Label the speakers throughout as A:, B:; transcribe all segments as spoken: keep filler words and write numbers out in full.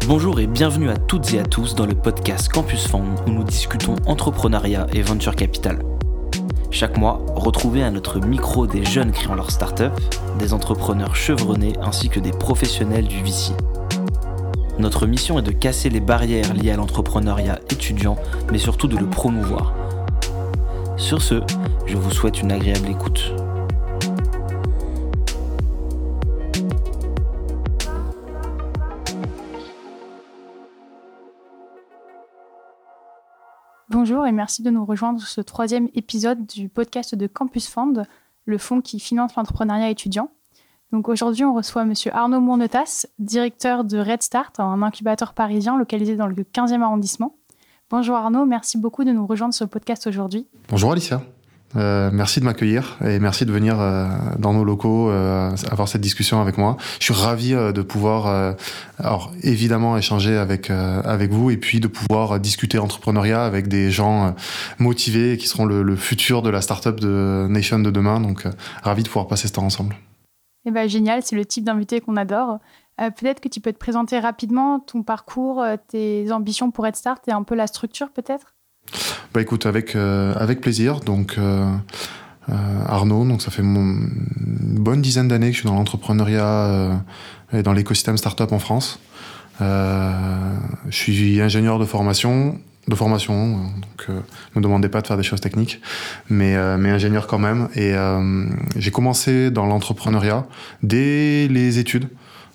A: Bonjour et bienvenue à toutes et à tous dans le podcast Campus Fund où nous discutons entrepreneuriat et venture capital. Chaque mois, retrouvez à notre micro des jeunes créant leur start-up, des entrepreneurs chevronnés ainsi que des professionnels du V C. Notre mission est de casser les barrières liées à l'entrepreneuriat étudiant, mais surtout de le promouvoir. Sur ce, je vous souhaite une agréable écoute.
B: Bonjour et merci de nous rejoindre sur ce troisième épisode du podcast de Campus Fund, le fonds qui finance l'entrepreneuriat étudiant. Donc aujourd'hui, on reçoit M. Arnaud Mournetas, directeur de RedStart, un incubateur parisien localisé dans le quinzième arrondissement. Bonjour Arnaud, merci beaucoup de nous rejoindre sur le podcast aujourd'hui.
C: Bonjour Alicia, euh, merci de m'accueillir et merci de venir euh, dans nos locaux euh, avoir cette discussion avec moi. Je suis ravi euh, de pouvoir, euh, alors évidemment échanger avec euh, avec vous et puis de pouvoir discuter entrepreneuriat avec des gens euh, motivés qui seront le, le futur de la start-up de Nation de demain. Donc euh, ravi de pouvoir passer ce temps ensemble.
B: Eh ben, génial, c'est le type d'invité qu'on adore. Euh, peut-être que tu peux te présenter rapidement ton parcours, euh, tes ambitions pour RedStart et un peu la structure peut-être.
C: Bah écoute, avec euh, avec plaisir. Donc euh, euh, Arnaud, donc ça fait mon, une bonne dizaine d'années que je suis dans l'entrepreneuriat euh, et dans l'écosystème startup en France. Euh, je suis ingénieur de formation. de formation, donc euh, ne me demandez pas de faire des choses techniques, mais, euh, mais ingénieur quand même. Et euh, j'ai commencé dans l'entrepreneuriat dès les études,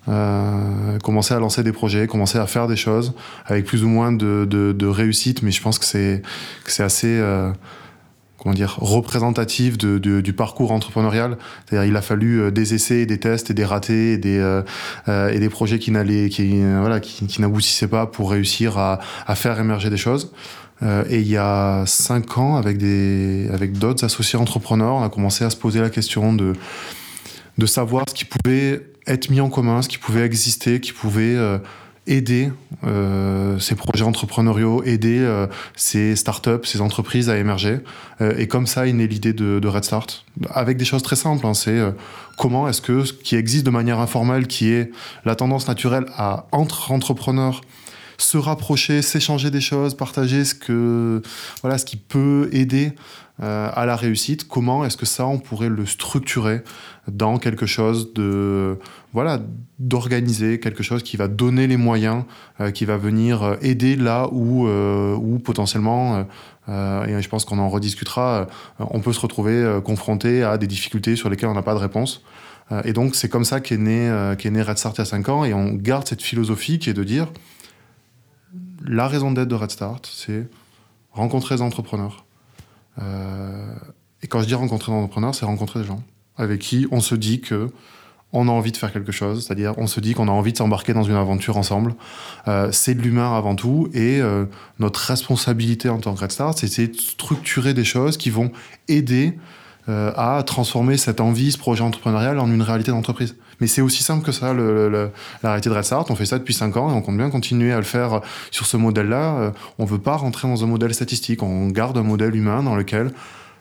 C: euh, commencé à lancer des projets, commencé à faire des choses avec plus ou moins de, de, de réussite, mais je pense que c'est, que c'est assez... Euh, comment dire, représentatif de, de, du parcours entrepreneurial. C'est-à-dire, il a fallu des essais, des tests, et des ratés, et des, euh, euh, et des projets qui n'allaient, qui, euh, voilà, qui, qui n'aboutissaient pas pour réussir à, à faire émerger des choses. Euh, et il y a cinq ans, avec des, avec d'autres associés entrepreneurs, on a commencé à se poser la question de, de savoir ce qui pouvait être mis en commun, ce qui pouvait exister, qui pouvait euh, aider euh, ces projets entrepreneuriaux, aider euh, ces startups, ces entreprises à émerger. Euh, et comme ça est née l'idée de, de RedStart, avec des choses très simples. Hein, c'est euh, comment est-ce que ce qui existe de manière informelle, qui est la tendance naturelle à entre entrepreneurs, se rapprocher, s'échanger des choses, partager ce que voilà ce qui peut aider euh, à la réussite. Comment est-ce que ça on pourrait le structurer dans quelque chose de voilà d'organiser, quelque chose qui va donner les moyens, euh, qui va venir aider là où euh, où potentiellement euh, et je pense qu'on en rediscutera. Euh, on peut se retrouver euh, confronté à des difficultés sur lesquelles on n'a pas de réponse. Euh, et donc c'est comme ça qu'est né euh, qu'est né RedStart il y a cinq ans et on garde cette philosophie qui est de dire la raison d'être de RedStart, c'est rencontrer des entrepreneurs. Euh, et quand je dis rencontrer des entrepreneurs, c'est rencontrer des gens avec qui on se dit que on a envie de faire quelque chose, c'est-à-dire on se dit qu'on a envie de s'embarquer dans une aventure ensemble. Euh, c'est de l'humain avant tout, et euh, notre responsabilité en tant que RedStart, c'est essayer de structurer des choses qui vont aider euh, à transformer cette envie, ce projet entrepreneurial en une réalité d'entreprise. Mais c'est aussi simple que ça, le, le, la réalité de RedStart. On fait ça depuis cinq ans et on compte bien continuer à le faire sur ce modèle-là. Euh, on ne veut pas rentrer dans un modèle statistique. On garde un modèle humain dans lequel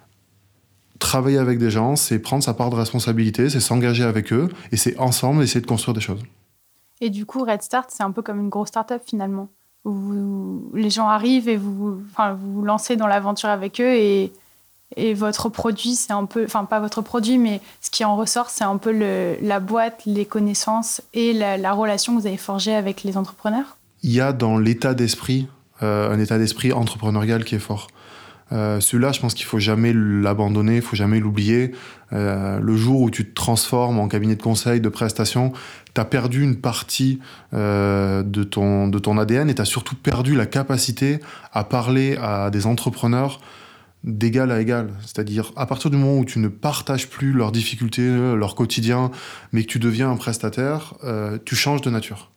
C: travailler avec des gens, c'est prendre sa part de responsabilité, c'est s'engager avec eux et c'est ensemble essayer de construire des choses.
B: Et du coup, RedStart, c'est un peu comme une grosse start-up finalement, où vous, les gens arrivent et vous, enfin, vous vous lancez dans l'aventure avec eux et, et votre produit, c'est un peu, enfin pas votre produit, mais ce qui en ressort, c'est un peu le, la boîte, les connaissances et la, la relation que vous avez forgée avec les entrepreneurs.
C: Il y a dans l'état d'esprit, euh, un état d'esprit entrepreneurial qui est fort. Euh, celui-là, je pense qu'il faut jamais l'abandonner, il faut jamais l'oublier. Euh, le jour où tu te transformes en cabinet de conseil, de prestation, tu as perdu une partie euh, de, ton, de ton A D N et tu as surtout perdu la capacité à parler à des entrepreneurs d'égal à égal. C'est-à-dire, à partir du moment où tu ne partages plus leurs difficultés, leur quotidien, mais que tu deviens un prestataire, euh, tu changes de nature.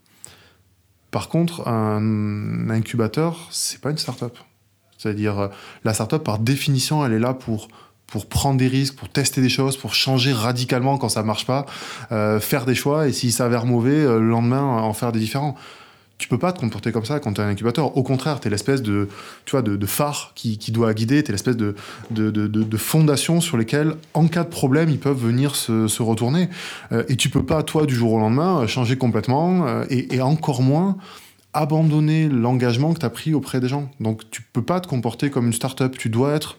C: Par contre, un incubateur, c'est pas une start-up. C'est-à-dire, la start-up, par définition, elle est là pour, pour prendre des risques, pour tester des choses, pour changer radicalement quand ça ne marche pas, euh, faire des choix, et s'il s'avère mauvais, euh, le lendemain, en faire des différents. Tu peux pas te comporter comme ça quand tu es un incubateur. Au contraire, tu es l'espèce de, tu vois, de, de phare qui, qui doit guider, tu es l'espèce de, de, de, de, de fondation sur lesquelles, en cas de problème, ils peuvent venir se, se retourner. Euh, et tu peux pas, toi, du jour au lendemain, changer complètement, euh, et, et encore moins abandonner l'engagement que tu as pris auprès des gens. Donc, tu peux pas te comporter comme une start-up. Tu dois être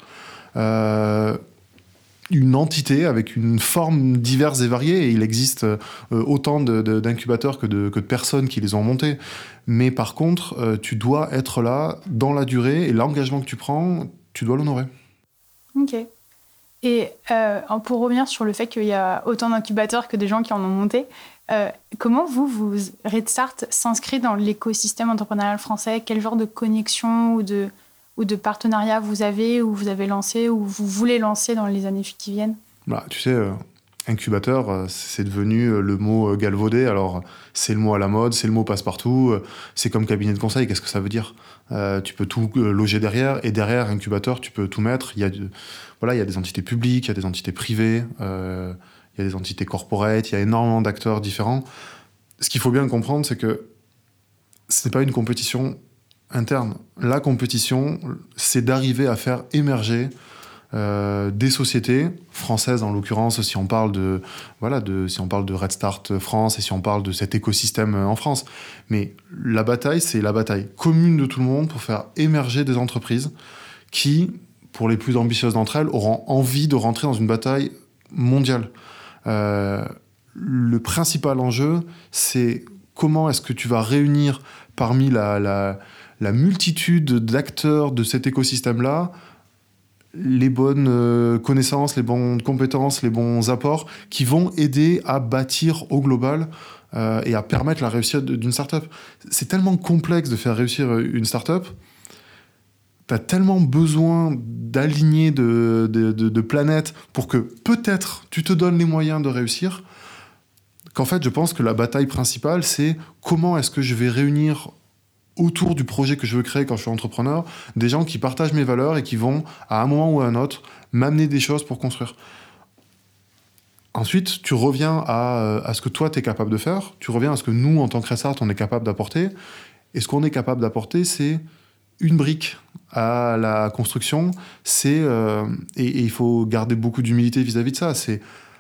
C: euh, une entité avec une forme diverse et variée. Et il existe euh, autant de, de, d'incubateurs que de, que de personnes qui les ont montés. Mais par contre, euh, tu dois être là dans la durée et l'engagement que tu prends, tu dois l'honorer.
B: Ok. Et euh, pour revenir sur le fait qu'il y a autant d'incubateurs que de gens qui en ont monté, euh, comment vous, vous, Red Start s'inscrit dans l'écosystème entrepreneurial français ? Quel genre de connexion ou de, ou de partenariat vous avez, ou vous avez lancé, ou vous voulez lancer dans les années qui viennent ?
C: Bah, tu sais, euh, incubateur, euh, c'est devenu euh, le mot euh, galvaudé. Alors, c'est le mot à la mode, c'est le mot passe-partout. Euh, c'est comme cabinet de conseil, qu'est-ce que ça veut dire ? euh, Tu peux tout euh, loger derrière, et derrière, incubateur, tu peux tout mettre. Il y a, de, voilà, il y a des entités publiques, il y a des entités privées, euh, il y a des entités corporate, il y a énormément d'acteurs différents. Ce qu'il faut bien comprendre, c'est que ce n'est pas une compétition interne. La compétition, c'est d'arriver à faire émerger Euh, des sociétés françaises, en l'occurrence, si on parle de voilà de si on parle de Red Start France et si on parle de cet écosystème en France. Mais la bataille, c'est la bataille commune de tout le monde pour faire émerger des entreprises qui, pour les plus ambitieuses d'entre elles, auront envie de rentrer dans une bataille mondiale. Euh, le principal enjeu, c'est comment est-ce que tu vas réunir parmi la, la, la multitude d'acteurs de cet écosystème-là les bonnes euh, connaissances, les bonnes compétences, les bons apports qui vont aider à bâtir au global euh, et à permettre la réussite d'une start-up. C'est tellement complexe de faire réussir une start-up. Tu as tellement besoin d'aligner de, de, de, de planètes pour que peut-être tu te donnes les moyens de réussir, qu'en fait, je pense que la bataille principale, c'est comment est-ce que je vais réunir autour du projet que je veux créer quand je suis entrepreneur, des gens qui partagent mes valeurs et qui vont, à un moment ou à un autre, m'amener des choses pour construire. Ensuite, tu reviens à, à ce que toi, tu es capable de faire, tu reviens à ce que nous, en tant que Red Start, on est capable d'apporter. Et ce qu'on est capable d'apporter, c'est une brique à la construction. C'est, euh, et, et il faut garder beaucoup d'humilité vis-à-vis de ça, c'est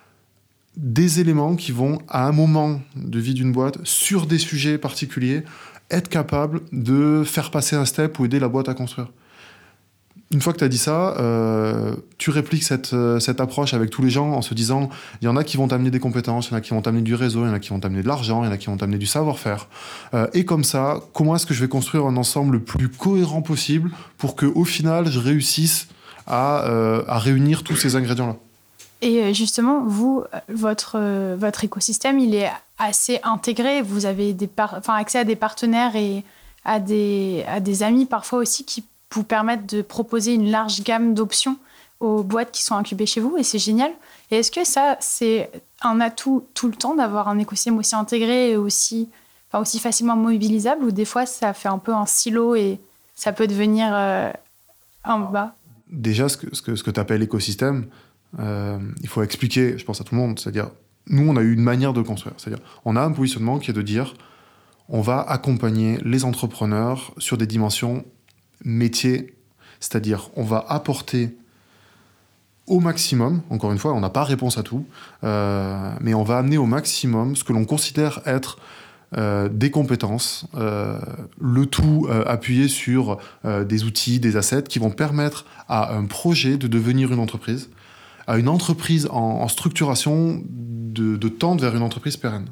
C: des éléments qui vont, à un moment de vie d'une boîte, sur des sujets particuliers, être capable de faire passer un step ou aider la boîte à construire. Une fois que tu as dit ça, euh, tu répliques cette, cette approche avec tous les gens en se disant, il y en a qui vont t'amener des compétences, il y en a qui vont t'amener du réseau, il y en a qui vont t'amener de l'argent, il y en a qui vont t'amener du savoir-faire. Euh, et comme ça, comment est-ce que je vais construire un ensemble le plus cohérent possible pour qu'au final, je réussisse à, euh, à réunir tous ces ingrédients-là ?
B: Et justement, vous, votre, votre écosystème, il est assez intégré. Vous avez des par... enfin, accès à des partenaires et à des, à des amis parfois aussi qui vous permettent de proposer une large gamme d'options aux boîtes qui sont incubées chez vous. Et c'est génial. Et est-ce que ça, c'est un atout tout le temps d'avoir un écosystème aussi intégré et aussi, enfin, aussi facilement mobilisable, ou des fois, ça fait un peu un silo et ça peut devenir euh, un bas ?
C: Déjà, ce que, ce que, ce que tu appelles l'écosystème, Euh, il faut expliquer, je pense à tout le monde, c'est-à-dire, nous, on a eu une manière de construire. C'est-à-dire, on a un positionnement qui est de dire, on va accompagner les entrepreneurs sur des dimensions métiers, c'est-à-dire, on va apporter au maximum, encore une fois, on n'a pas réponse à tout, euh, mais on va amener au maximum ce que l'on considère être Euh, des compétences, euh, le tout euh, appuyé sur euh, des outils, des assets qui vont permettre à un projet de devenir une entreprise, à une entreprise en, en structuration de, de tendre vers une entreprise pérenne.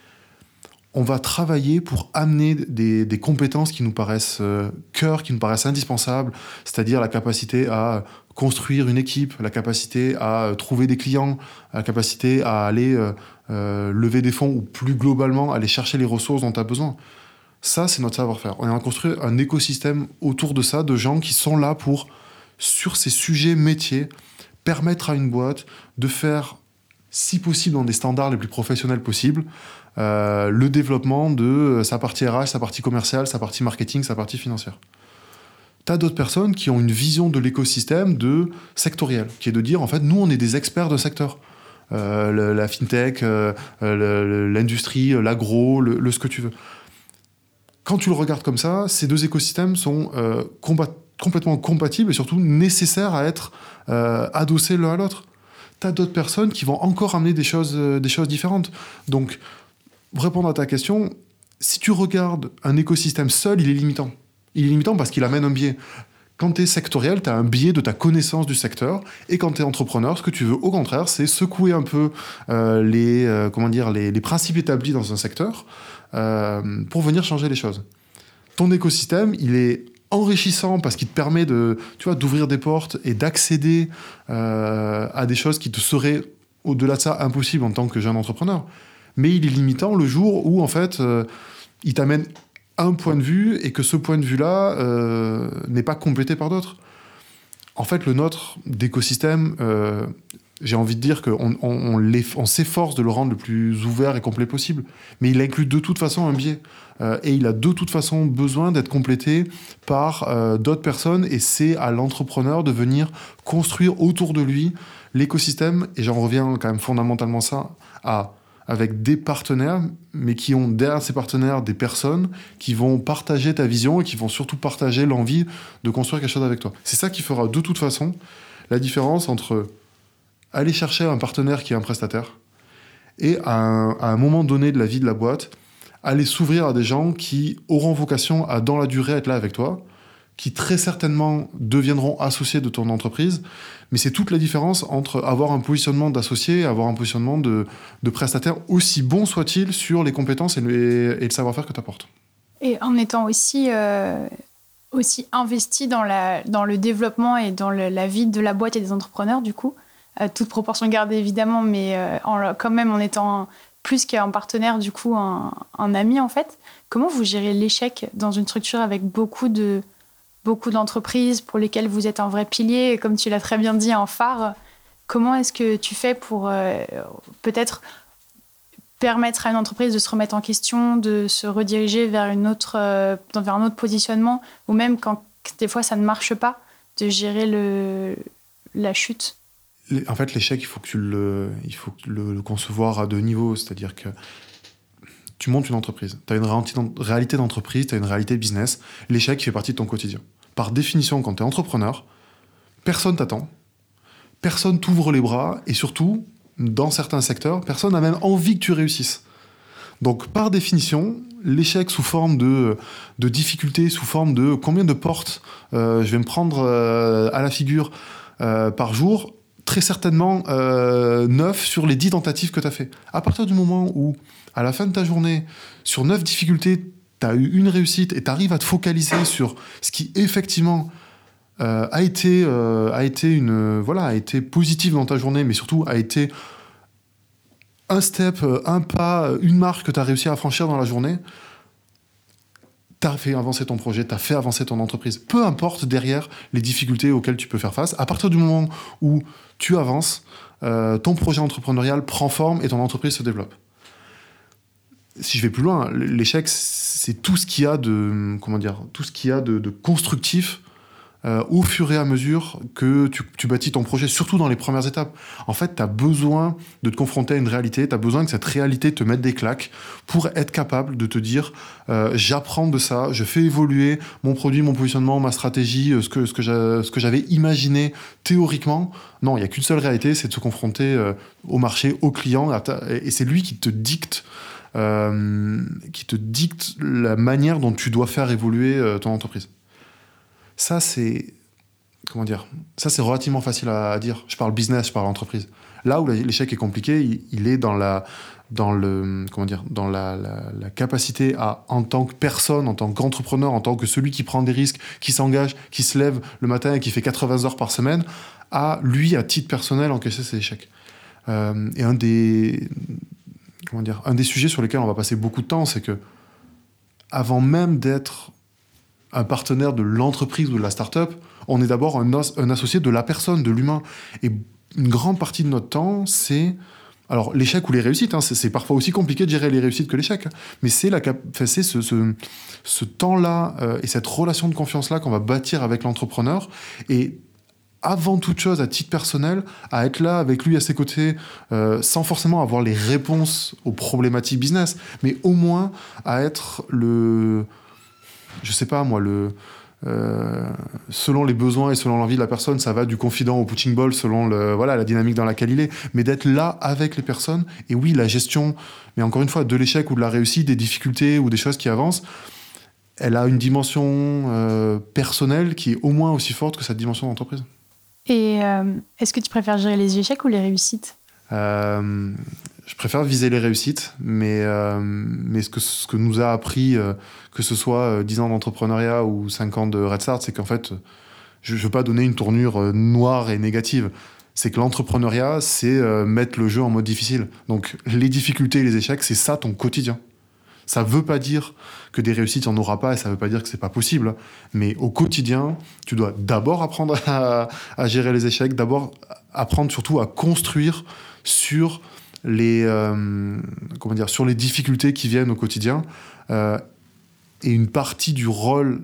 C: On va travailler pour amener des, des compétences qui nous paraissent euh, cœur, qui nous paraissent indispensables, c'est-à-dire la capacité à construire une équipe, la capacité à trouver des clients, la capacité à aller euh, euh, lever des fonds ou plus globalement aller chercher les ressources dont tu as besoin. Ça, c'est notre savoir-faire. On a construit un écosystème autour de ça, de gens qui sont là pour, sur ces sujets métiers, permettre à une boîte de faire, si possible dans des standards les plus professionnels possibles, euh, le développement de sa partie R H, sa partie commerciale, sa partie marketing, sa partie financière. Tu as d'autres personnes qui ont une vision de l'écosystème de sectoriel, qui est de dire, en fait, nous, on est des experts de secteur. Euh, le, la fintech, euh, le, l'industrie, l'agro, le, le ce que tu veux. Quand tu le regardes comme ça, ces deux écosystèmes sont euh, combat- complètement compatibles et surtout nécessaires à être euh, adossés l'un à l'autre. Tu as d'autres personnes qui vont encore amener des choses, euh, des choses différentes. Donc, pour répondre à ta question, si tu regardes un écosystème seul, il est limitant. Il est limitant parce qu'il amène un biais. Quand tu es sectoriel, tu as un biais de ta connaissance du secteur. Et quand tu es entrepreneur, ce que tu veux, au contraire, c'est secouer un peu euh, les, euh, comment dire, les, les principes établis dans un secteur euh, pour venir changer les choses. Ton écosystème, il est enrichissant parce qu'il te permet de, tu vois, d'ouvrir des portes et d'accéder euh, à des choses qui te seraient, au-delà de ça, impossibles en tant que jeune entrepreneur. Mais il est limitant le jour où, en fait, euh, il t'amène un point de vue et que ce point de vue-là euh, n'est pas complété par d'autres. En fait, le nôtre d'écosystème, euh, j'ai envie de dire qu'on on, on, on s'efforce de le rendre le plus ouvert et complet possible, mais il inclut de toute façon un biais. Euh, et il a de toute façon besoin d'être complété par euh, d'autres personnes, et c'est à l'entrepreneur de venir construire autour de lui l'écosystème, et j'en reviens quand même fondamentalement ça, à... avec des partenaires, mais qui ont derrière ces partenaires des personnes qui vont partager ta vision et qui vont surtout partager l'envie de construire quelque chose avec toi. C'est ça qui fera de toute façon la différence entre aller chercher un partenaire qui est un prestataire et à un, à un moment donné de la vie de la boîte, aller s'ouvrir à des gens qui auront vocation à, dans la durée, être là avec toi, qui très certainement deviendront associés de ton entreprise. Mais c'est toute la différence entre avoir un positionnement d'associé et avoir un positionnement de, de prestataire, aussi bon soit-il, sur les compétences et le, et le savoir-faire que tu apportes.
B: Et en étant aussi, euh, aussi investi dans, la, dans le développement et dans le, la vie de la boîte et des entrepreneurs, du coup, euh, toute proportion gardée évidemment, mais euh, en, quand même en étant un, plus qu'un partenaire, du coup, un, un ami en fait. Comment vous gérez l'échec dans une structure avec beaucoup de... beaucoup d'entreprises pour lesquelles vous êtes un vrai pilier, et comme tu l'as très bien dit, un phare? Comment est-ce que tu fais pour euh, peut-être permettre à une entreprise de se remettre en question, de se rediriger vers, une autre, euh, vers un autre positionnement, ou même quand des fois ça ne marche pas, de gérer le, la chute?
C: En fait, l'échec, il faut que tu le, il faut le, le concevoir à deux niveaux, c'est-à-dire que tu montes une entreprise, tu as une réalité d'entreprise, tu as une réalité business, l'échec il fait partie de ton quotidien. Par définition, quand tu es entrepreneur, personne t'attend, personne t'ouvre les bras, et surtout, dans certains secteurs, personne n'a même envie que tu réussisses. Donc, par définition, l'échec sous forme de, de difficultés, sous forme de combien de portes euh, je vais me prendre euh, à la figure euh, par jour, très certainement euh, neuf sur les dix tentatives que tu as fait. À partir du moment où, à la fin de ta journée, sur neuf difficultés, tu as eu une réussite et tu arrives à te focaliser sur ce qui, effectivement, euh, a, été, euh, a, été une, voilà, a été positif dans ta journée, mais surtout a été un step, un pas, une marque que tu as réussi à franchir dans la journée, tu as fait avancer ton projet, tu as fait avancer ton entreprise. Peu importe derrière les difficultés auxquelles tu peux faire face, à partir du moment où tu avances, euh, ton projet entrepreneurial prend forme et ton entreprise se développe. Si je vais plus loin, l'échec, c'est tout ce qu'il y a de, comment dire, tout ce qu'il y a de, de constructif euh, au fur et à mesure que tu, tu bâtis ton projet, surtout dans les premières étapes. En fait, tu as besoin de te confronter à une réalité, tu as besoin que cette réalité te mette des claques pour être capable de te dire euh, j'apprends de ça, je fais évoluer mon produit, mon positionnement, ma stratégie, ce que, ce que, j'a, ce que j'avais imaginé théoriquement. Non, il n'y a qu'une seule réalité, c'est de se confronter euh, au marché, au client, et c'est lui qui te dicte Euh, qui te dicte la manière dont tu dois faire évoluer euh, ton entreprise. Ça, c'est... Comment dire ? Ça, c'est relativement facile à, à dire. Je parle business, je parle entreprise. Là où l'échec est compliqué, il, il est dans la... dans le comment dire dans la, la, la capacité à, en tant que personne, en tant qu'entrepreneur, en tant que celui qui prend des risques, qui s'engage, qui se lève le matin et qui fait quatre-vingts heures par semaine, à lui, à titre personnel, encaisser ses échecs. Euh, et un des... Comment dire, un des sujets sur lesquels on va passer beaucoup de temps, c'est que avant même d'être un partenaire de l'entreprise ou de la start-up, on est d'abord un, os, un associé de la personne, de l'humain. Et une grande partie de notre temps, c'est... Alors, l'échec ou les réussites, hein, c'est, c'est parfois aussi compliqué de gérer les réussites que l'échec. Hein, mais c'est, la, c'est ce, ce, ce temps-là euh, et cette relation de confiance-là qu'on va bâtir avec l'entrepreneur. Et avant toute chose, à titre personnel, à être là avec lui à ses côtés, euh, sans forcément avoir les réponses aux problématiques business, mais au moins à être le, je sais pas moi, le, euh, selon les besoins et selon l'envie de la personne, ça va du confident au punching ball selon le, voilà, la dynamique dans laquelle il est, mais d'être là avec les personnes. Et oui, la gestion, mais encore une fois, de l'échec ou de la réussite, des difficultés ou des choses qui avancent, elle a une dimension euh, personnelle qui est au moins aussi forte que cette dimension d'entreprise.
B: Et euh, est-ce que tu préfères gérer les échecs ou les réussites ?
C: euh, Je préfère viser les réussites, mais, euh, mais ce, que, ce que nous a appris, euh, que ce soit euh, dix ans d'entrepreneuriat ou cinq ans de Red Start, c'est qu'en fait, je ne veux pas donner une tournure euh, noire et négative. C'est que l'entrepreneuriat, c'est euh, mettre le jeu en mode difficile. Donc les difficultés et les échecs, c'est ça ton quotidien. Ça ne veut pas dire que des réussites, il n'y en aura pas, et ça ne veut pas dire que ce n'est pas possible. Mais au quotidien, tu dois d'abord apprendre à, à gérer les échecs, d'abord apprendre surtout à construire sur les, euh, comment dire, sur les difficultés qui viennent au quotidien. Euh, et une partie du rôle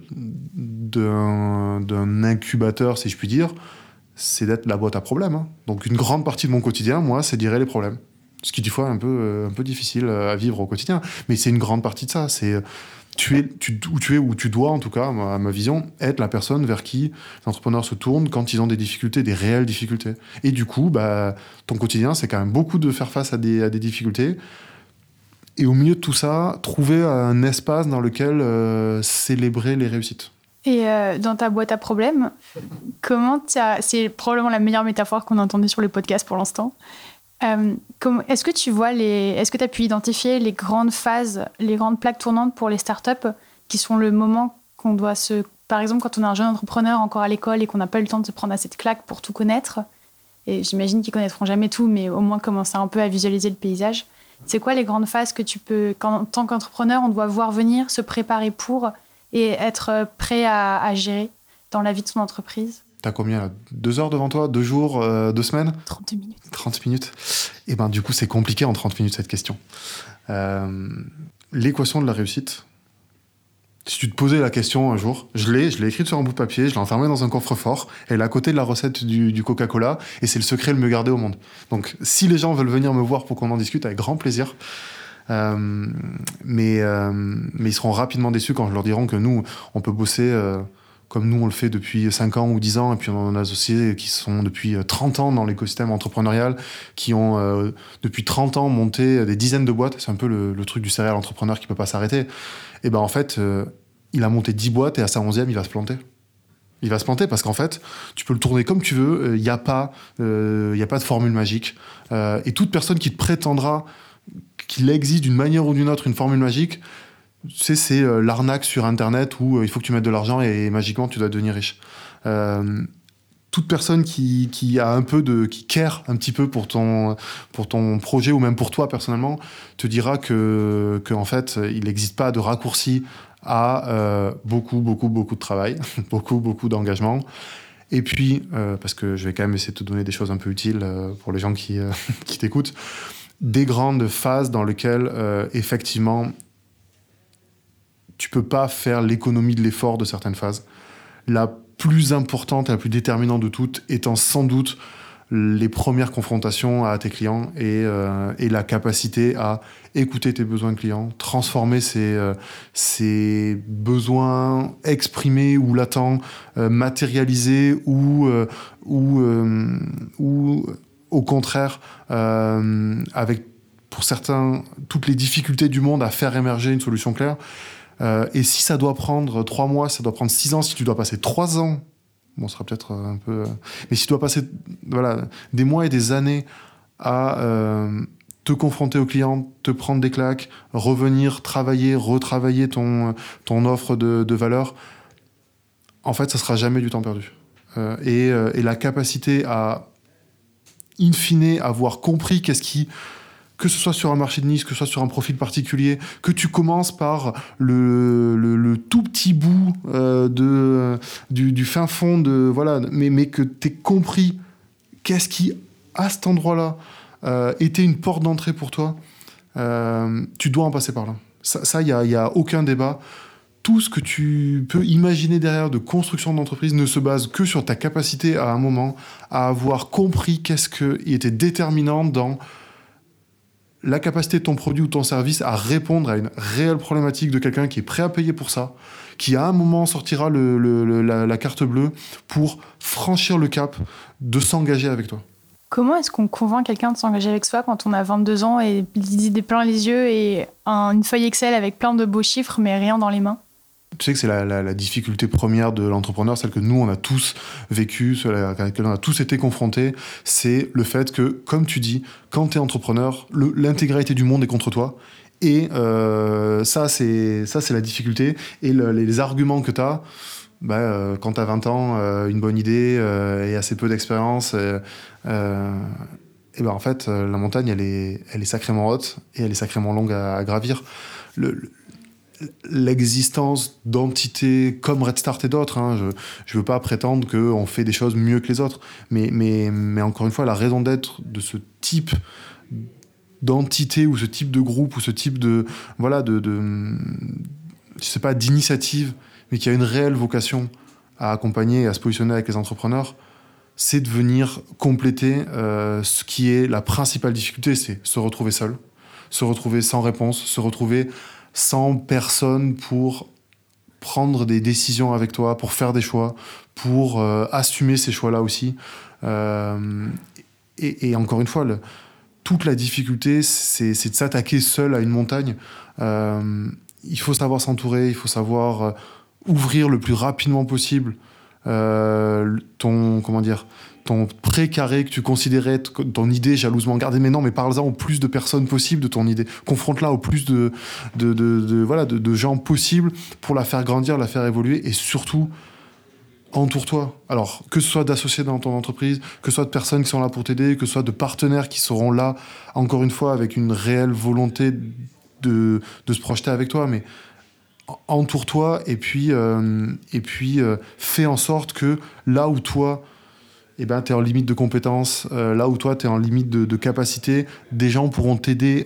C: d'un, d'un incubateur, si je puis dire, c'est d'être la boîte à problèmes. Hein. Donc une grande partie de mon quotidien, moi, c'est de gérer les problèmes. Ce qui, des fois, est un peu, un peu difficile à vivre au quotidien. Mais c'est une grande partie de ça. C'est tu es, tu, où tu es, où tu dois, en tout cas, à ma vision, être la personne vers qui les entrepreneurs se tournent quand ils ont des difficultés, des réelles difficultés. Et du coup, bah, ton quotidien, c'est quand même beaucoup de faire face à des, à des difficultés. Et au milieu de tout ça, trouver un espace dans lequel euh, célébrer les réussites.
B: Et euh, dans ta boîte à problèmes, comment t'as... C'est probablement la meilleure métaphore qu'on a entendue sur les podcasts pour l'instant. Euh, comment, est-ce que tu vois les, est-ce que tu as pu identifier les grandes phases, les grandes plaques tournantes pour les startups qui sont le moment qu'on doit se... Par exemple, quand on est un jeune entrepreneur encore à l'école et qu'on n'a pas eu le temps de se prendre assez de claques pour tout connaître, et j'imagine qu'ils connaîtront jamais tout, mais au moins commencer un peu à visualiser le paysage. C'est quoi les grandes phases que tu peux, quand, en tant qu'entrepreneur, on doit voir venir, se préparer pour et être prêt à, à gérer dans la vie de son entreprise?
C: T'as combien là ? Deux heures devant toi ? Deux jours ? euh, Deux semaines ?
B: trente minutes.
C: trente minutes. Et ben du coup, c'est compliqué en trente minutes cette question. Euh, l'équation de la réussite, si tu te posais la question un jour, je l'ai, je l'ai écrite sur un bout de papier, je l'ai enfermée dans un coffre-fort, elle est à côté de la recette du, du Coca-Cola, et c'est le secret le mieux gardé au monde. Donc si les gens veulent venir me voir pour qu'on en discute, avec grand plaisir. Euh, mais, euh, mais ils seront rapidement déçus quand je leur dirai que nous, on peut bosser... Euh, comme nous on le fait depuis cinq ans ou dix ans, et puis on en a associés qui sont depuis trente ans dans l'écosystème entrepreneurial, qui ont euh, depuis trente ans monté des dizaines de boîtes. C'est un peu le, le truc du serial entrepreneur qui peut pas s'arrêter. Et ben en fait, euh, il a monté dix boîtes et à sa onzième, il va se planter. Il va se planter parce qu'en fait, tu peux le tourner comme tu veux, il n'y a pas, euh, y a pas de formule magique. Euh, et toute personne qui te prétendra qu'il existe d'une manière ou d'une autre une formule magique, tu sais, c'est euh, l'arnaque sur Internet où euh, il faut que tu mettes de l'argent et, et magiquement tu dois devenir riche. Euh, toute personne qui, qui a un peu de, qui care un petit peu pour ton, pour ton projet ou même pour toi personnellement, te dira que, que en fait, il n'existe pas de raccourci à euh, beaucoup, beaucoup, beaucoup de travail, beaucoup, beaucoup d'engagement. Et puis, euh, parce que je vais quand même essayer de te donner des choses un peu utiles euh, pour les gens qui, euh, qui t'écoutent, des grandes phases dans lesquelles euh, effectivement tu peux pas faire l'économie de l'effort de certaines phases. La plus importante et la plus déterminante de toutes étant sans doute les premières confrontations à tes clients et, euh, et la capacité à écouter tes besoins clients, transformer ces, euh, ces besoins exprimés ou latents, euh, matérialisés ou, euh, ou, euh, ou au contraire, euh, avec pour certains toutes les difficultés du monde à faire émerger une solution claire. Euh, et si ça doit prendre trois mois, ça doit prendre six ans, si tu dois passer trois ans, bon, ce sera peut-être un peu... Mais si tu dois passer voilà, des mois et des années à euh, te confronter au client, te prendre des claques, revenir, travailler, retravailler ton, ton offre de, de valeur, en fait, ça sera jamais du temps perdu. Euh, et, euh, et la capacité à, in fine, avoir compris qu'est-ce qui... que ce soit sur un marché de niche, que ce soit sur un profil particulier, que tu commences par le, le, le tout petit bout euh, de, du, du fin fond, de, voilà, mais, mais que tu aies compris qu'est-ce qui, à cet endroit-là, euh, était une porte d'entrée pour toi, euh, tu dois en passer par là. Ça, il n'y a, y a aucun débat. Tout ce que tu peux imaginer derrière de construction d'entreprise ne se base que sur ta capacité à un moment à avoir compris qu'est-ce qui était déterminant dans la capacité de ton produit ou ton service à répondre à une réelle problématique de quelqu'un qui est prêt à payer pour ça, qui à un moment sortira le, le, le, la, la carte bleue pour franchir le cap de s'engager avec toi.
B: Comment est-ce qu'on convainc quelqu'un de s'engager avec soi quand on a vingt-deux ans et des idées plein les yeux et un, une feuille Excel avec plein de beaux chiffres mais rien dans les mains?
C: Tu sais que c'est la, la, la difficulté première de l'entrepreneur, celle que nous, on a tous vécu, celle à laquelle on a tous été confrontés, c'est le fait que, comme tu dis, quand tu es entrepreneur, le, l'intégralité du monde est contre toi. Et euh, ça, c'est, ça, c'est la difficulté. Et le, les, les arguments que tu as, bah, euh, quand tu as vingt ans, euh, une bonne idée euh, et assez peu d'expérience, euh, euh, et ben en fait, euh, la montagne, elle est, elle est sacrément haute et elle est sacrément longue à, à gravir. Le, le, l'existence d'entités comme Red Start et d'autres, hein, je ne veux pas prétendre qu'on fait des choses mieux que les autres, mais, mais, mais encore une fois, la raison d'être de ce type d'entité ou ce type de groupe ou ce type de, voilà, de, de je sais pas, d'initiative, mais qui a une réelle vocation à accompagner et à se positionner avec les entrepreneurs, c'est de venir compléter euh, ce qui est la principale difficulté, c'est se retrouver seul, se retrouver sans réponse, se retrouver sans personne pour prendre des décisions avec toi, pour faire des choix, pour euh, assumer ces choix-là aussi. Euh, et, et encore une fois, le, toute la difficulté, c'est, c'est de s'attaquer seul à une montagne. Euh, il faut savoir s'entourer, il faut savoir euh, ouvrir le plus rapidement possible euh, ton, comment dire, ton précaré que tu considérais t- ton idée jalousement gardée, mais non, mais parle-en au plus de personnes possible de ton idée. Confronte-la au plus de, de, de, de, voilà, de, de gens possibles pour la faire grandir, la faire évoluer, et surtout, entoure-toi. Alors, que ce soit d'associés dans ton entreprise, que ce soit de personnes qui sont là pour t'aider, que ce soit de partenaires qui seront là, encore une fois, avec une réelle volonté de, de se projeter avec toi, mais entoure-toi et puis, euh, et puis euh, fais en sorte que là où toi, eh ben, tu es en limite de compétences, euh, là où toi, tu es en limite de, de capacité, des gens pourront t'aider,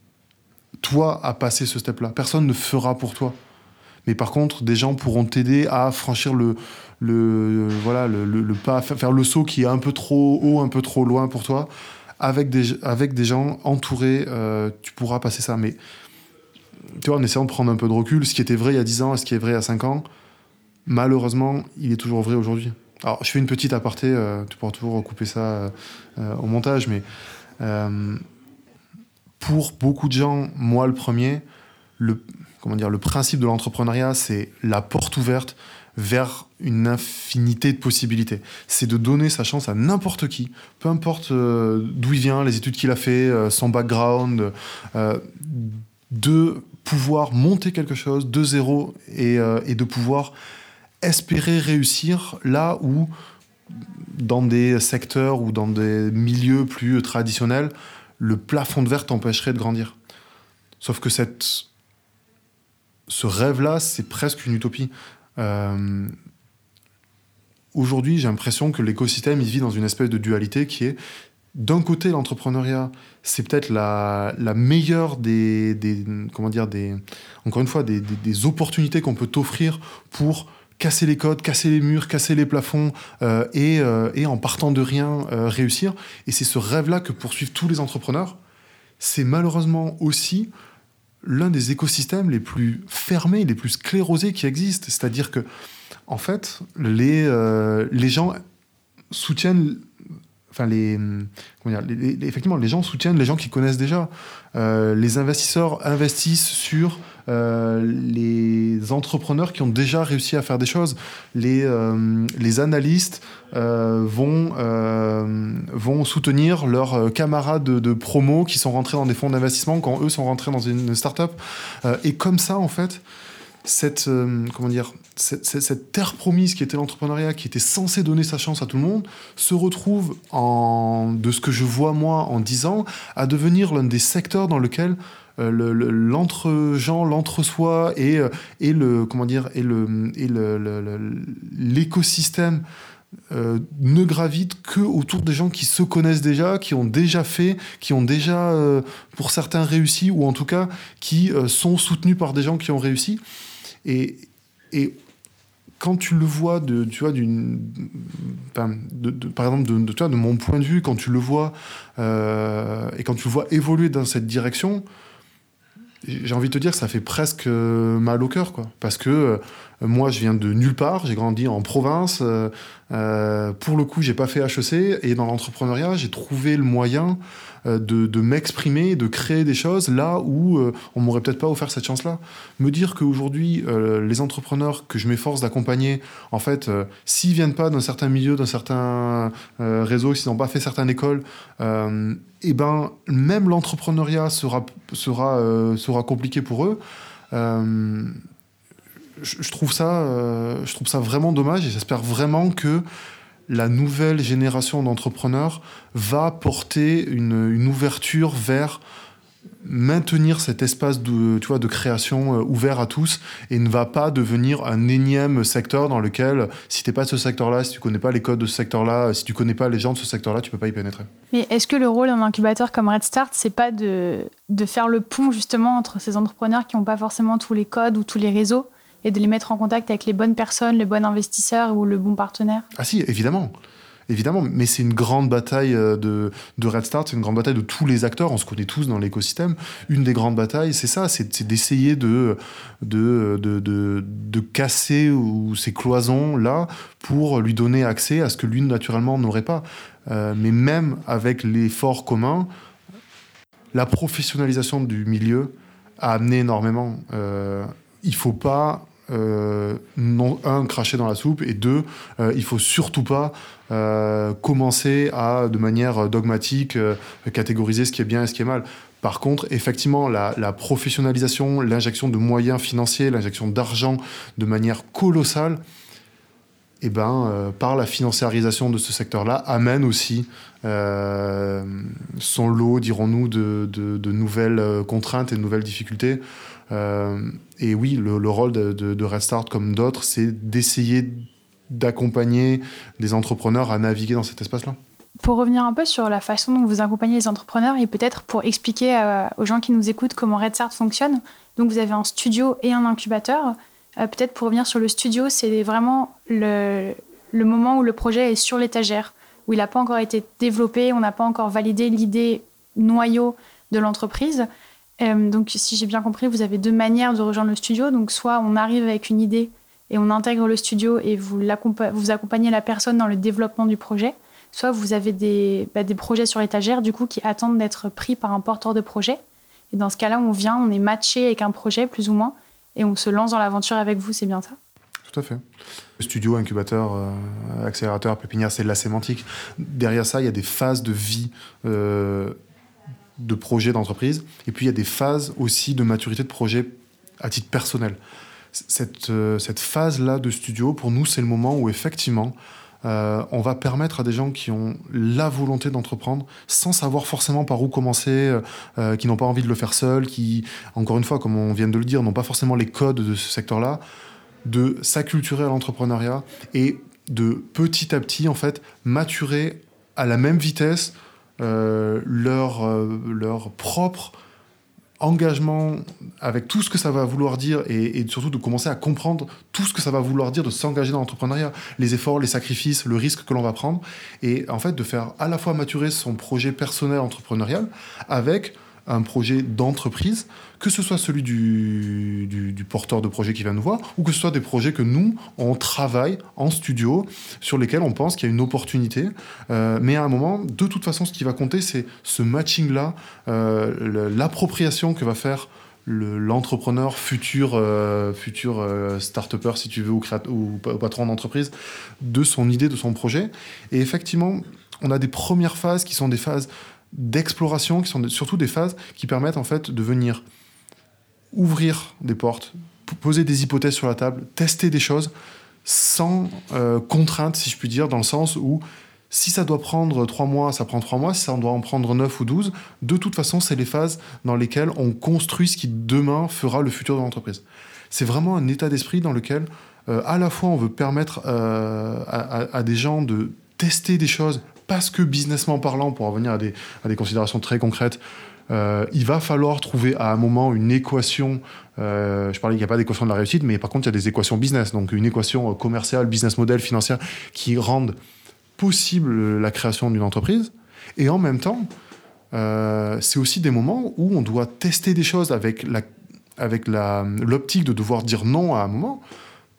C: toi, à passer ce step-là. Personne ne fera pour toi. Mais par contre, des gens pourront t'aider à franchir le, le, voilà, le, le, le pas, faire le saut qui est un peu trop haut, un peu trop loin pour toi. Avec des, avec des gens entourés, euh, tu pourras passer ça. Mais tu vois, en essayant de prendre un peu de recul, ce qui était vrai il y a dix ans et ce qui est vrai il y a cinq ans, malheureusement, il est toujours vrai aujourd'hui. Alors, je fais une petite aparté, euh, tu pourras toujours recouper ça euh, euh, au montage, mais euh, pour beaucoup de gens, moi le premier, le, comment dire, le principe de l'entrepreneuriat, c'est la porte ouverte vers une infinité de possibilités. C'est de donner sa chance à n'importe qui, peu importe euh, d'où il vient, les études qu'il a fait, euh, son background, euh, de pouvoir monter quelque chose de zéro et, euh, et de pouvoir espérer réussir là où, dans des secteurs ou dans des milieux plus traditionnels, le plafond de verre t'empêcherait de grandir. Sauf que cette, ce rêve-là, c'est presque une utopie. Euh, aujourd'hui, j'ai l'impression que l'écosystème, il vit dans une espèce de dualité qui est, d'un côté, l'entrepreneuriat, c'est peut-être la, la meilleure des, des, comment dire, des, encore une fois, des, des, des opportunités qu'on peut t'offrir pour casser les codes, casser les murs, casser les plafonds euh, et, euh, et en partant de rien, euh, réussir. Et c'est ce rêve-là que poursuivent tous les entrepreneurs. C'est malheureusement aussi l'un des écosystèmes les plus fermés, les plus sclérosés qui existent. C'est-à-dire que, en fait, les, euh, les gens soutiennent... Enfin, les, comment dire, les, les, effectivement, les gens soutiennent les gens qu'ils connaissent déjà. Euh, les investisseurs investissent sur euh, les entrepreneurs qui ont déjà réussi à faire des choses. Les, euh, les analystes euh, vont, euh, vont soutenir leurs camarades de, de promo qui sont rentrés dans des fonds d'investissement quand eux sont rentrés dans une start-up. Euh, et comme ça, en fait, cette, euh, comment dire, cette, cette, cette terre promise qui était l'entrepreneuriat, qui était censée donner sa chance à tout le monde, se retrouve, en, de ce que je vois moi en dix ans, à devenir l'un des secteurs dans lequel euh, le, le, l'entre-gens, l'entre-soi et, euh, et, le, comment dire, et, le, et le, le, le, l'écosystème euh, ne gravite que autour des gens qui se connaissent déjà, qui ont déjà fait, qui ont déjà, euh, pour certains, réussi, ou en tout cas, qui euh, sont soutenus par des gens qui ont réussi. Et, et quand tu le vois, de, tu vois d'une, enfin, de, de, par exemple, de, de, tu vois, de mon point de vue, quand tu le vois, euh, et quand tu le vois évoluer dans cette direction, j'ai envie de te dire que ça fait presque mal au cœur, quoi. Parce que Moi, je viens de nulle part, j'ai grandi en province. Euh, euh, pour le coup, j'ai pas fait H E C. Et dans l'entrepreneuriat, j'ai trouvé le moyen euh, de, de m'exprimer, de créer des choses là où euh, on m'aurait peut-être pas offert cette chance-là. Me dire qu'aujourd'hui, euh, les entrepreneurs que je m'efforce d'accompagner, en fait, euh, s'ils viennent pas d'un certain milieu, d'un certain euh, réseau, s'ils n'ont pas fait certaines écoles, euh, et ben, même l'entrepreneuriat sera, sera, euh, sera compliqué pour eux. Euh, Je trouve, ça, euh, je trouve ça vraiment dommage et j'espère vraiment que la nouvelle génération d'entrepreneurs va porter une, une ouverture vers maintenir cet espace de, tu vois, de création euh, ouvert à tous et ne va pas devenir un énième secteur dans lequel, si tu n'es pas de ce secteur-là, si tu ne connais pas les codes de ce secteur-là, si tu ne connais pas les gens de ce secteur-là, tu ne peux pas y pénétrer.
B: Mais est-ce que le rôle d'un incubateur comme Red Start, c'est pas de, de faire le pont justement entre ces entrepreneurs qui n'ont pas forcément tous les codes ou tous les réseaux et de les mettre en contact avec les bonnes personnes, les bons investisseurs ou le bon partenaire?
C: Ah si, évidemment. Évidemment, mais c'est une grande bataille de, de Red Start, c'est une grande bataille de tous les acteurs, on se connaît tous dans l'écosystème. Une des grandes batailles, c'est ça, c'est, c'est d'essayer de, de, de, de, de casser ou ces cloisons-là pour lui donner accès à ce que lui, naturellement, n'aurait pas. Euh, mais même avec l'effort commun, la professionnalisation du milieu a amené énormément. Euh, il ne faut pas... Euh, non, un, cracher dans la soupe, et deux, euh, il faut surtout pas euh, commencer à, de manière dogmatique, euh, catégoriser ce qui est bien et ce qui est mal. Par contre, effectivement, la, la professionnalisation, l'injection de moyens financiers, l'injection d'argent de manière colossale, eh ben, euh, par la financiarisation de ce secteur-là, amène aussi euh, son lot, dirons-nous, de, de, de nouvelles contraintes et de nouvelles difficultés. Euh, et oui, le, le rôle de, de, de Red Start, comme d'autres, c'est d'essayer d'accompagner des entrepreneurs à naviguer dans cet espace-là.
B: Pour revenir un peu sur la façon dont vous accompagnez les entrepreneurs et peut-être pour expliquer euh, aux gens qui nous écoutent comment Red Start fonctionne, donc vous avez un studio et un incubateur. Euh, peut-être pour revenir sur le studio, c'est vraiment le, le moment où le projet est sur l'étagère, où il n'a pas encore été développé, on n'a pas encore validé l'idée noyau de l'entreprise. Euh, donc, si j'ai bien compris, vous avez deux manières de rejoindre le studio. Donc, soit on arrive avec une idée et on intègre le studio et vous, vous accompagnez la personne dans le développement du projet. Soit vous avez des, bah, des projets sur l'étagère, du coup, qui attendent d'être pris par un porteur de projet. Et dans ce cas-là, on vient, on est matché avec un projet, plus ou moins, et on se lance dans l'aventure avec vous, c'est bien ça?
C: Tout à fait. Le studio, incubateur, euh, accélérateur, pépinière, c'est de la sémantique. Derrière ça, il y a des phases de vie euh, de projet d'entreprise. Et puis, il y a des phases aussi de maturité de projet à titre personnel. Cette, euh, cette phase-là de studio, pour nous, c'est le moment où, effectivement, euh, on va permettre à des gens qui ont la volonté d'entreprendre, sans savoir forcément par où commencer, euh, qui n'ont pas envie de le faire seuls, qui, encore une fois, comme on vient de le dire, n'ont pas forcément les codes de ce secteur-là, de s'acculturer à l'entrepreneuriat et de petit à petit, en fait, maturer à la même vitesse euh, leur, euh, leur propre engagement avec tout ce que ça va vouloir dire et, et surtout de commencer à comprendre tout ce que ça va vouloir dire de s'engager dans l'entrepreneuriat, les efforts, les sacrifices, le risque que l'on va prendre, et en fait de faire à la fois maturer son projet personnel entrepreneurial avec un projet d'entreprise, que ce soit celui du, du, du porteur de projet qui vient nous voir, ou que ce soit des projets que nous, on travaille en studio, sur lesquels on pense qu'il y a une opportunité. Euh, mais à un moment, de toute façon, ce qui va compter, c'est ce matching-là, euh, l'appropriation que va faire le, l'entrepreneur, futur, euh, futur euh, start-upper, si tu veux, ou, créat- ou, ou patron d'entreprise, de son idée, de son projet. Et effectivement, on a des premières phases qui sont des phases d'exploration, qui sont surtout des phases qui permettent en fait de venir ouvrir des portes, poser des hypothèses sur la table, tester des choses sans euh, contrainte, si je puis dire, dans le sens où si ça doit prendre trois mois, ça prend trois mois, si ça doit en prendre neuf ou douze, de toute façon, c'est les phases dans lesquelles on construit ce qui demain fera le futur de l'entreprise. C'est vraiment un état d'esprit dans lequel euh, à la fois on veut permettre euh, à, à, à des gens de tester des choses parce que businessment parlant, pour revenir à des, à des considérations très concrètes, euh, il va falloir trouver à un moment une équation, euh, je parlais qu'il n'y a pas d'équation de la réussite, mais par contre il y a des équations business, donc une équation commerciale, business model, financière, qui rendent possible la création d'une entreprise. Et en même temps, euh, c'est aussi des moments où on doit tester des choses avec, la, avec la, l'optique de devoir dire non à un moment,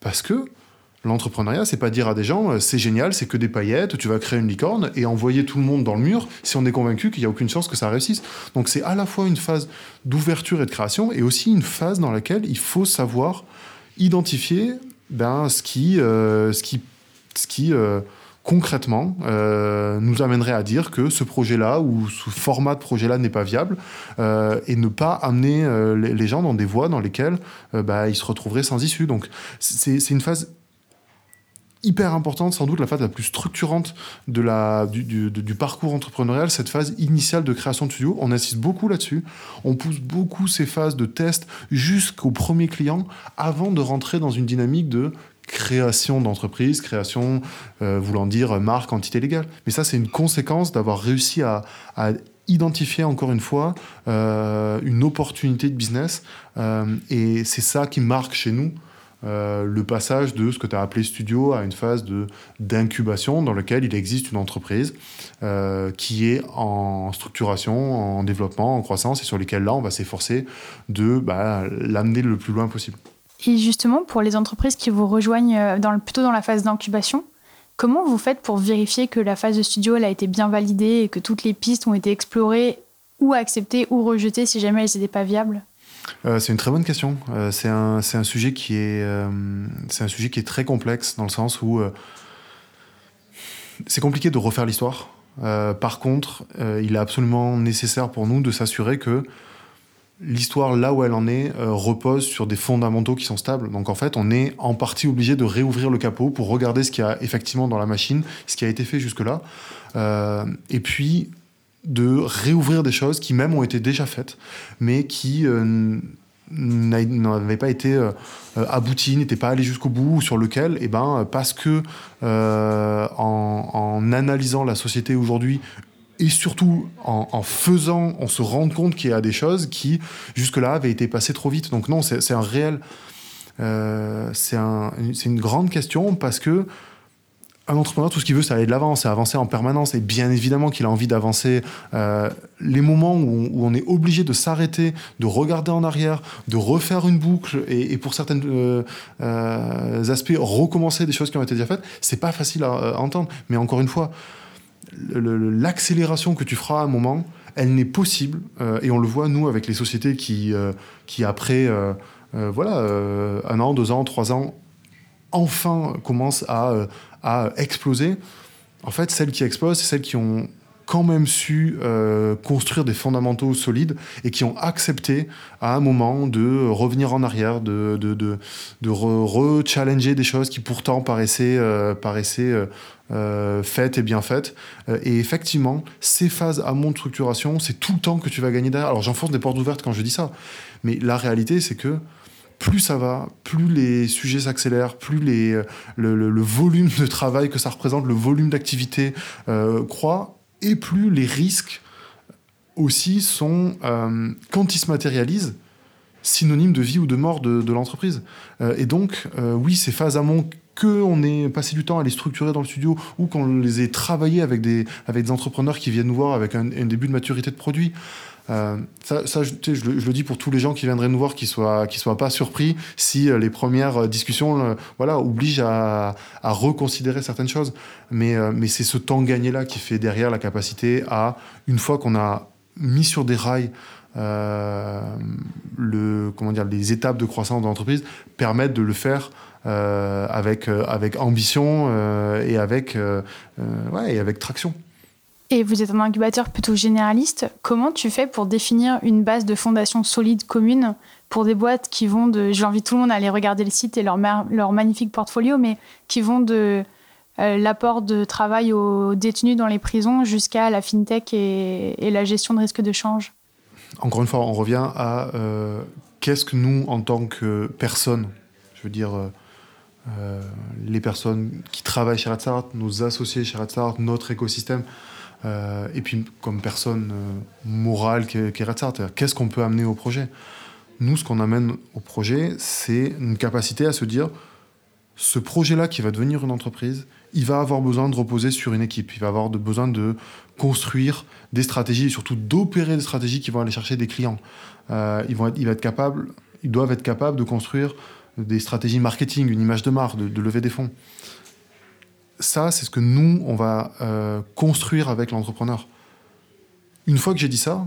C: Parce que l'entrepreneuriat, c'est pas dire à des gens, c'est génial, c'est que des paillettes, tu vas créer une licorne et envoyer tout le monde dans le mur si on est convaincu qu'il n'y a aucune chance que ça réussisse. Donc c'est à la fois une phase d'ouverture et de création et aussi une phase dans laquelle il faut savoir identifier ben, ce qui, euh, ce qui, ce qui euh, concrètement euh, nous amènerait à dire que ce projet-là ou ce format de projet-là n'est pas viable euh, et ne pas amener euh, les, les gens dans des voies dans lesquelles euh, ben, ils se retrouveraient sans issue. Donc c'est, c'est une phase hyper importante, sans doute la phase la plus structurante de la, du, du, du parcours entrepreneurial, cette phase initiale de création de studio. On insiste beaucoup là-dessus. On pousse beaucoup ces phases de test jusqu'au premier client avant de rentrer dans une dynamique de création d'entreprise, création euh, voulant dire marque, entité légale. Mais ça, c'est une conséquence d'avoir réussi à, à identifier encore une fois euh, une opportunité de business. Euh, et c'est ça qui marque chez nous Euh, le passage de ce que tu as appelé studio à une phase de, d'incubation dans laquelle il existe une entreprise euh, qui est en structuration, en développement, en croissance et sur lesquelles là on va s'efforcer de bah, l'amener le plus loin possible.
B: Et justement, pour les entreprises qui vous rejoignent dans le, plutôt dans la phase d'incubation, comment vous faites pour vérifier que la phase de studio elle a été bien validée et que toutes les pistes ont été explorées ou acceptées ou rejetées si jamais elles n'étaient pas viables ?
C: Euh, c'est une très bonne question. Euh, c'est, un, c'est, un sujet qui est, euh, c'est un sujet qui est très complexe dans le sens où euh, c'est compliqué de refaire l'histoire. Euh, par contre, euh, il est absolument nécessaire pour nous de s'assurer que l'histoire, là où elle en est, euh, repose sur des fondamentaux qui sont stables. Donc en fait, on est en partie obligé de réouvrir le capot pour regarder ce qu'il y a effectivement dans la machine, ce qui a été fait jusque-là. Euh, et puis de réouvrir des choses qui même ont été déjà faites, mais qui euh, n'avaient pas été euh, abouties, n'étaient pas allées jusqu'au bout, ou sur lequel, eh ben, parce que euh, en, en analysant la société aujourd'hui, et surtout en, en faisant, on se rend compte qu'il y a des choses qui, jusque-là, avaient été passées trop vite. Donc non, c'est, c'est un réel... Euh, c'est, un, c'est une grande question, parce que un entrepreneur, tout ce qu'il veut, c'est aller de l'avant, c'est avancer en permanence. Et bien évidemment qu'il a envie d'avancer. Euh, les moments où on, où on est obligé de s'arrêter, de regarder en arrière, de refaire une boucle, et, et pour certains euh, euh, aspects, recommencer des choses qui ont été déjà faites, c'est pas facile à, à entendre. Mais encore une fois, le, le, l'accélération que tu feras à un moment, elle n'est possible. Euh, et on le voit, nous, avec les sociétés qui, euh, qui après euh, euh, voilà, euh, un an, deux ans, trois ans, enfin commencent à... Euh, à exploser. En fait, celles qui explosent, c'est celles qui ont quand même su euh, construire des fondamentaux solides et qui ont accepté à un moment de revenir en arrière, de, de, de, de re-challenger des choses qui pourtant paraissaient, euh, paraissaient euh, euh, faites et bien faites. Euh, et effectivement, ces phases amont de structuration, c'est tout le temps que tu vas gagner derrière. Alors j'enfonce des portes ouvertes quand je dis ça, mais la réalité, c'est que plus ça va, plus les sujets s'accélèrent, plus les, le, le, le volume de travail que ça représente, le volume d'activité euh, croît, et plus les risques aussi sont, euh, quand ils se matérialisent, synonymes de vie ou de mort de, de l'entreprise. Euh, et donc, euh, oui, ces phases amont, qu'on ait passé du temps à les structurer dans le studio ou qu'on les ait travaillées avec des, avec des entrepreneurs qui viennent nous voir avec un, un début de maturité de produit, Euh, ça, ça je, je, le, je le dis pour tous les gens qui viendraient nous voir, qui soient, qui soient pas surpris si euh, les premières discussions euh, voilà, obligent à, à reconsidérer certaines choses. Mais, euh, mais c'est ce temps gagné-là qui fait derrière la capacité à, une fois qu'on a mis sur des rails euh, le, comment dire, les étapes de croissance de l'entreprise, permettre de le faire euh, avec, euh, avec ambition euh, et, avec, euh, euh, ouais, et avec traction.
B: Et vous êtes un incubateur plutôt généraliste. Comment tu fais pour définir une base de fondation solide commune pour des boîtes qui vont de... J'invite tout le monde à aller regarder le site et leur, ma... leur magnifique portfolio, mais qui vont de euh, l'apport de travail aux détenus dans les prisons jusqu'à la fintech et, et la gestion de risque de change.
C: Encore une fois, on revient à euh, qu'est-ce que nous, en tant que personnes, je veux dire... Euh, euh, les personnes qui travaillent chez Red Start, nos associés chez Red Start, notre écosystème, Euh, et puis comme personne euh, morale qui est, qui est Red Start, qu'est-ce qu'on peut amener au projet ? Nous, ce qu'on amène au projet, c'est une capacité à se dire, ce projet-là qui va devenir une entreprise, il va avoir besoin de reposer sur une équipe, il va avoir de, besoin de construire des stratégies, et surtout d'opérer des stratégies qui vont aller chercher des clients. Euh, ils, vont être, ils, vont être capables, ils doivent être capables de construire des stratégies marketing, une image de marque, de, de lever des fonds. Ça, c'est ce que nous, on va euh, construire avec l'entrepreneur. Une fois que j'ai dit ça,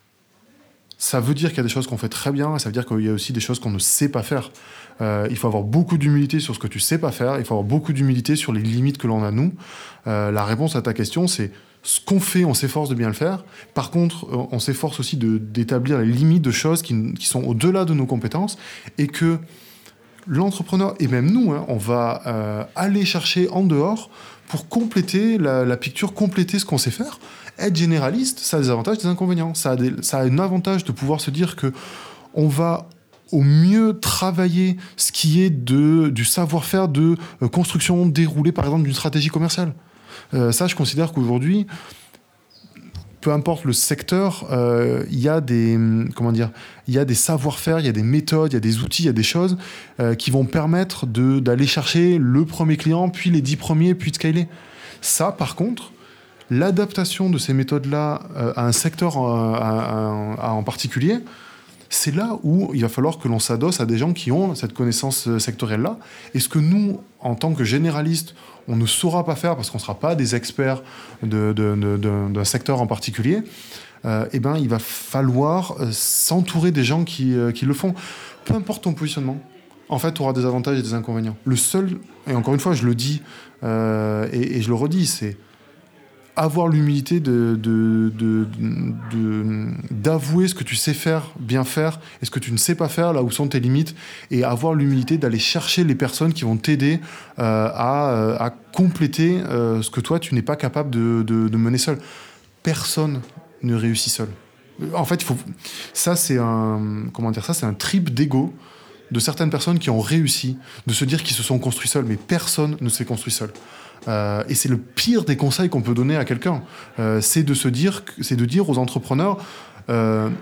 C: ça veut dire qu'il y a des choses qu'on fait très bien, et ça veut dire qu'il y a aussi des choses qu'on ne sait pas faire. Euh, il faut avoir beaucoup d'humilité sur ce que tu sais pas faire, il faut avoir beaucoup d'humilité sur les limites que l'on a, nous. Euh, la réponse à ta question, c'est ce qu'on fait, on s'efforce de bien le faire. Par contre, on s'efforce aussi de, d'établir les limites de choses qui, qui sont au-delà de nos compétences, et que l'entrepreneur, et même nous, hein, on va euh, aller chercher en dehors pour compléter la, la picture, compléter ce qu'on sait faire. Être généraliste, ça a des avantages, des inconvénients. Ça a, des, ça a un avantage de pouvoir se dire que on va au mieux travailler ce qui est de, du savoir-faire de euh, construction déroulée, par exemple, d'une stratégie commerciale. Euh, ça, je considère qu'aujourd'hui, peu importe le secteur, il euh, y a des comment dire, il y a des savoir-faire, il y a des méthodes, il y a des outils, il y a des choses euh, qui vont permettre de, d'aller chercher le premier client, puis les dix premiers, puis de scaler. Ça, par contre, l'adaptation de ces méthodes-là euh, à un secteur euh, à, à, à en particulier, c'est là où il va falloir que l'on s'adosse à des gens qui ont cette connaissance sectorielle-là. Et ce que nous, en tant que généralistes, on ne saura pas faire parce qu'on ne sera pas des experts de, de, de, de, d'un secteur en particulier, euh, eh ben, il va falloir euh, s'entourer des gens qui, euh, qui le font. Peu importe ton positionnement, en fait, tu auras des avantages et des inconvénients. Le seul, et encore une fois, je le dis euh, et, et je le redis, c'est avoir l'humilité de, de, de, de, d'avouer ce que tu sais faire, bien faire, et ce que tu ne sais pas faire, là où sont tes limites, et avoir l'humilité d'aller chercher les personnes qui vont t'aider euh, à, à compléter euh, ce que toi, tu n'es pas capable de, de, de mener seul. Personne ne réussit seul. En fait, il faut... ça, c'est un... Comment dire ça, c'est un trip d'ego de certaines personnes qui ont réussi, de se dire qu'ils se sont construits seuls, mais personne ne s'est construit seul. Euh, et c'est le pire des conseils qu'on peut donner à quelqu'un. Euh, c'est de se dire, c'est de dire aux entrepreneurs, euh,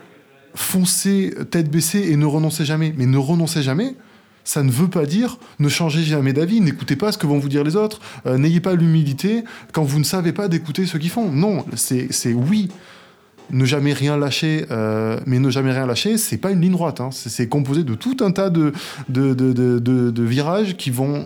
C: foncez tête baissée et ne renoncez jamais. Mais ne renoncez jamais, ça ne veut pas dire ne changez jamais d'avis, n'écoutez pas ce que vont vous dire les autres, euh, n'ayez pas l'humilité quand vous ne savez pas d'écouter ceux qui font. Non, c'est, c'est oui. Ne jamais rien lâcher, euh, mais ne jamais rien lâcher, c'est pas une ligne droite. Hein. C'est, c'est composé de tout un tas de, de, de, de, de, de virages qui vont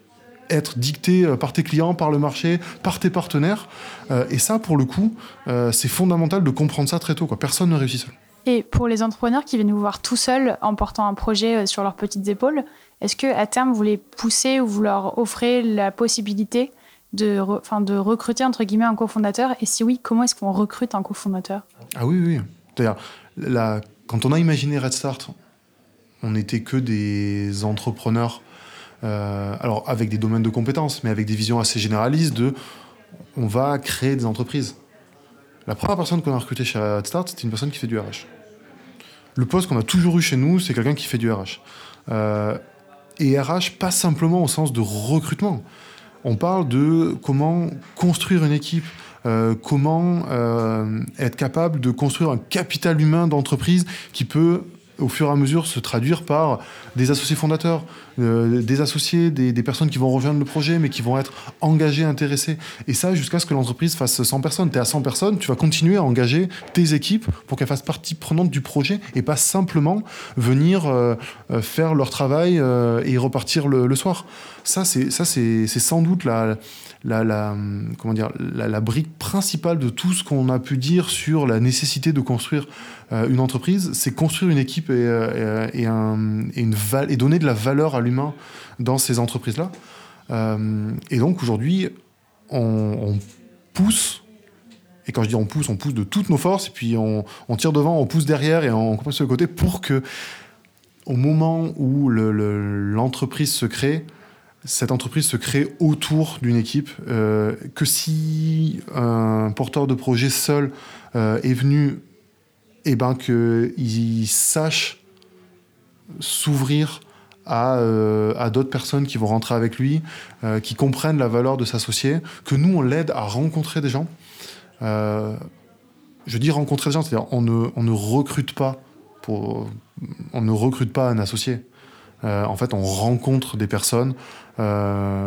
C: être dictés par tes clients, par le marché, par tes partenaires. Euh, et ça, pour le coup, euh, c'est fondamental de comprendre ça très tôt, quoi. Personne ne réussit seul.
B: Et pour les entrepreneurs qui viennent vous voir tout seuls en portant un projet sur leurs petites épaules, est-ce qu'à terme, vous les poussez ou vous leur offrez la possibilité de, re, enfin, de recruter, entre guillemets, un cofondateur? Et si oui, comment est-ce qu'on recrute un cofondateur?
C: Ah oui, oui. C'est-à-dire, la, quand on a imaginé RedStart, on n'était que des entrepreneurs, euh, alors avec des domaines de compétences, mais avec des visions assez généralistes de on va créer des entreprises. La première personne qu'on a recrutée chez RedStart, c'était une personne qui fait du R H. Le poste qu'on a toujours eu chez nous, c'est quelqu'un qui fait du R H. Euh, et R H, pas simplement au sens de recrutement. On parle de comment construire une équipe, euh, comment euh, être capable de construire un capital humain d'entreprise qui peut, au fur et à mesure, se traduire par des associés fondateurs, euh, des associés, des, des personnes qui vont rejoindre le projet, mais qui vont être engagées, intéressées. Et ça, jusqu'à ce que l'entreprise fasse cent personnes. Tu es à cent personnes, tu vas continuer à engager tes équipes pour qu'elles fassent partie prenante du projet et pas simplement venir euh, faire leur travail euh, et repartir le, le soir. Ça, c'est, ça c'est, c'est sans doute la... La, la, comment dire, la, la brique principale de tout ce qu'on a pu dire sur la nécessité de construire euh, une entreprise, c'est construire une équipe et, euh, et, un, et, une val- et donner de la valeur à l'humain dans ces entreprises-là. Euh, et donc aujourd'hui, on, on pousse, et quand je dis on pousse, on pousse de toutes nos forces, et puis on, on tire devant, on pousse derrière, et on compresse sur le côté pour que, au moment où le, le, l'entreprise se crée, cette entreprise se crée autour d'une équipe, euh, que si un porteur de projet seul euh, est venu, eh ben qu'il sache s'ouvrir à, euh, à d'autres personnes qui vont rentrer avec lui, euh, qui comprennent la valeur de s'associer, que nous, on l'aide à rencontrer des gens. Euh, je dis rencontrer des gens, c'est-à-dire on ne, on ne recrute pas pour, on ne recrute pas un associé. Euh, en fait, on rencontre des personnes, euh,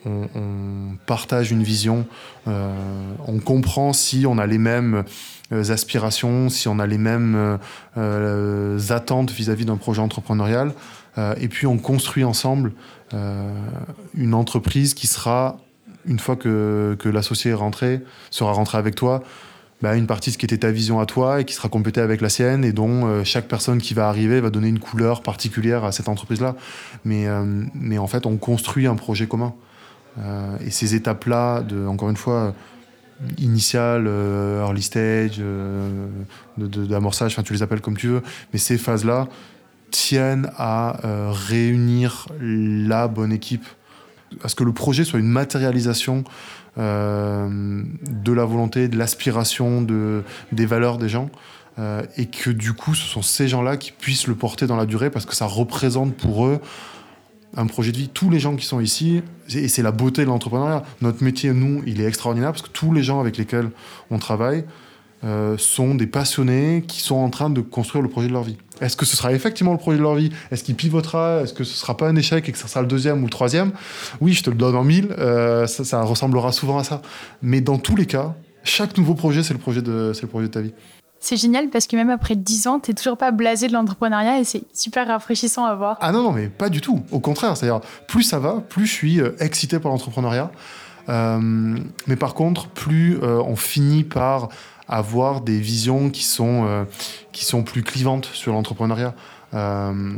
C: on, on partage une vision, euh, on comprend si on a les mêmes euh, aspirations, si on a les mêmes euh, euh, attentes vis-à-vis d'un projet entrepreneurial, euh, et puis on construit ensemble euh, une entreprise qui sera, une fois que, que l'associé est rentré, sera rentré avec toi, bah, une partie de ce qui était ta vision à toi et qui sera complétée avec la sienne, et dont euh, chaque personne qui va arriver va donner une couleur particulière à cette entreprise-là. Mais, euh, mais en fait, on construit un projet commun. Euh, et ces étapes-là, de, encore une fois, initiales, euh, early stage, euh, de, de, d'amorçage, enfin tu les appelles comme tu veux, mais ces phases-là tiennent à euh, réunir la bonne équipe, à ce que le projet soit une matérialisation euh, de la volonté, de l'aspiration, de, des valeurs des gens, euh, et que du coup ce sont ces gens-là qui puissent le porter dans la durée, parce que ça représente pour eux un projet de vie. Tous les gens qui sont ici, et c'est la beauté de l'entrepreneuriat, notre métier, nous, il est extraordinaire, parce que tous les gens avec lesquels on travaille euh, sont des passionnés qui sont en train de construire le projet de leur vie. Est-ce que ce sera effectivement le projet de leur vie ? Est-ce qu'il pivotera ? Est-ce que ce ne sera pas un échec et que ce sera le deuxième ou le troisième ? Oui, je te le donne en mille, euh, ça, ça ressemblera souvent à ça. Mais dans tous les cas, chaque nouveau projet, c'est le projet de, c'est le projet de ta vie.
B: C'est génial parce que même après dix ans, t'es toujours pas blasé de l'entrepreneuriat et c'est super rafraîchissant à voir.
C: Ah non, non, mais pas du tout. Au contraire, c'est-à-dire, plus ça va, plus je suis euh, excité par l'entrepreneuriat. Euh, mais par contre, plus euh, on finit par avoir des visions qui sont, euh, qui sont plus clivantes sur l'entrepreneuriat. Euh,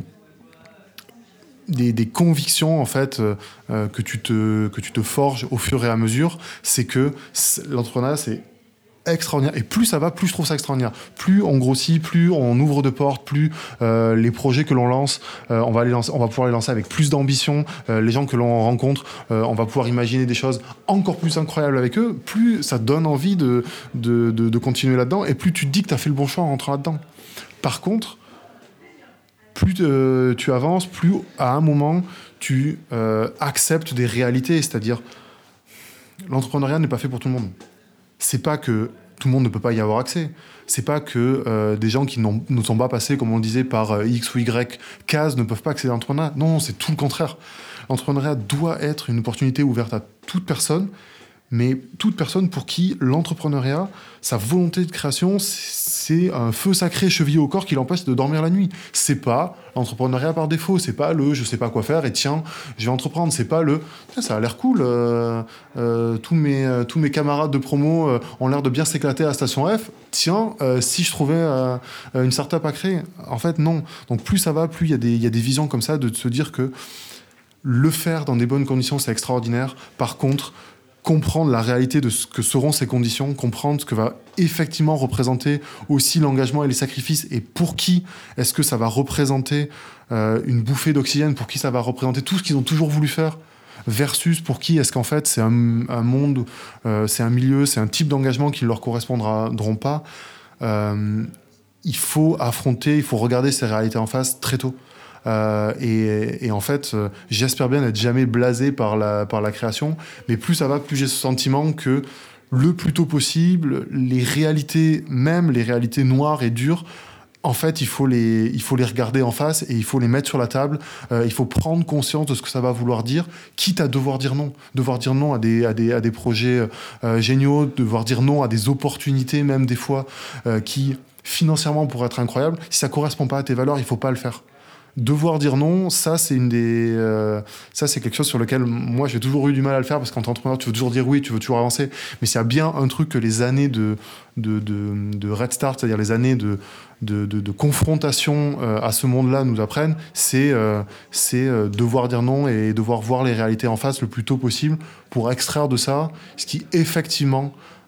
C: des, des convictions, en fait, euh, que, tu te, que tu te forges au fur et à mesure, c'est que c'est, l'entrepreneuriat, c'est extraordinaire. Et plus ça va, plus je trouve ça extraordinaire. Plus on grossit, plus on ouvre de portes, plus euh, les projets que l'on lance, euh, on va les lancer, on va pouvoir les lancer avec plus d'ambition. Euh, les gens que l'on rencontre, euh, on va pouvoir imaginer des choses encore plus incroyables avec eux. Plus ça donne envie de, de, de, de continuer là-dedans, et plus tu te dis que tu as fait le bon choix en rentrant là-dedans. Par contre, plus euh, tu avances, plus à un moment tu euh, acceptes des réalités. C'est-à-dire, l'entrepreneuriat n'est pas fait pour tout le monde. C'est pas que tout le monde ne peut pas y avoir accès. C'est pas que euh, des gens qui n'ont, ne sont pas passés, comme on le disait, par euh, X ou Y cases ne peuvent pas accéder à l'entrepreneuriat. Non, c'est tout le contraire. L'entrepreneuriat doit être une opportunité ouverte à toute personne, mais toute personne pour qui l'entrepreneuriat, sa volonté de création, c'est un feu sacré chevillé au corps qui l'empêche de dormir la nuit. C'est pas l'entrepreneuriat par défaut, c'est pas le je sais pas quoi faire et tiens, je vais entreprendre. C'est pas le ça a l'air cool, euh, euh, tous, mes, euh, tous mes camarades de promo euh, ont l'air de bien s'éclater à la Station F, tiens, euh, si je trouvais euh, une start-up à créer. En fait, non. Donc plus ça va, plus il y a des, y a des visions comme ça de se dire que le faire dans des bonnes conditions, c'est extraordinaire. Par contre, comprendre la réalité de ce que seront ces conditions, comprendre ce que va effectivement représenter aussi l'engagement et les sacrifices, et pour qui est-ce que ça va représenter euh, une bouffée d'oxygène, pour qui ça va représenter tout ce qu'ils ont toujours voulu faire, versus pour qui est-ce qu'en fait c'est un, un monde, euh, c'est un milieu, c'est un type d'engagement qui ne leur correspondront pas. Euh, il faut affronter, il faut regarder ces réalités en face très tôt. Euh, et, et en fait, euh, j'espère bien n'être jamais blasé par la, par la création, mais plus ça va, plus j'ai ce sentiment que le plus tôt possible, les réalités, même les réalités noires et dures, en fait, il faut les, il faut les regarder en face et il faut les mettre sur la table. Euh, il faut prendre conscience de ce que ça va vouloir dire, quitte à devoir dire non. Devoir dire non à des, à des, à des projets euh, géniaux, devoir dire non à des opportunités, même des fois, euh, qui financièrement pourraient être incroyables. Si ça ne correspond pas à tes valeurs, il ne faut pas le faire. Devoir dire non, ça c'est une des, euh, ça c'est quelque chose sur lequel moi j'ai toujours eu du mal à le faire, parce qu'en tant qu'entrepreneur tu veux toujours dire oui, tu veux toujours avancer, mais s'il y a bien un truc que les années de de de, de Red Start, c'est-à-dire les années de de, de, de confrontation euh, à ce monde-là nous apprennent, c'est euh, c'est euh, devoir dire non et devoir voir les réalités en face le plus tôt possible pour extraire de ça ce qui effectivement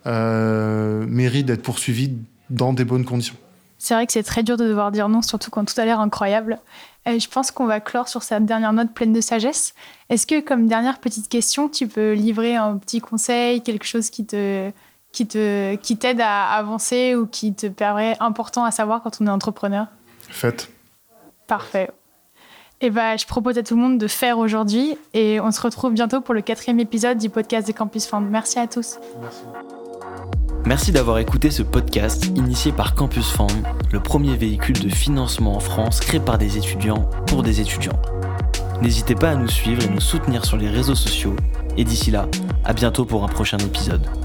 C: euh, mérite d'être poursuivi dans des bonnes conditions.
B: C'est vrai que c'est très dur de devoir dire non, surtout quand tout a l'air incroyable. Et je pense qu'on va clore sur cette dernière note pleine de sagesse. Est-ce que, comme dernière petite question, tu peux livrer un petit conseil, quelque chose qui, te, qui, te, qui t'aide à avancer ou qui te paraît important à savoir quand on est entrepreneur ?
C: Faites.
B: Parfait. Et ben, je propose à tout le monde de faire aujourd'hui. Et on se retrouve bientôt pour le quatrième épisode du podcast de Campus Fund. Merci à tous.
C: Merci.
A: Merci d'avoir écouté ce podcast initié par Campus Fund, le premier véhicule de financement en France créé par des étudiants pour des étudiants. N'hésitez pas à nous suivre et nous soutenir sur les réseaux sociaux. Et d'ici là, à bientôt pour un prochain épisode.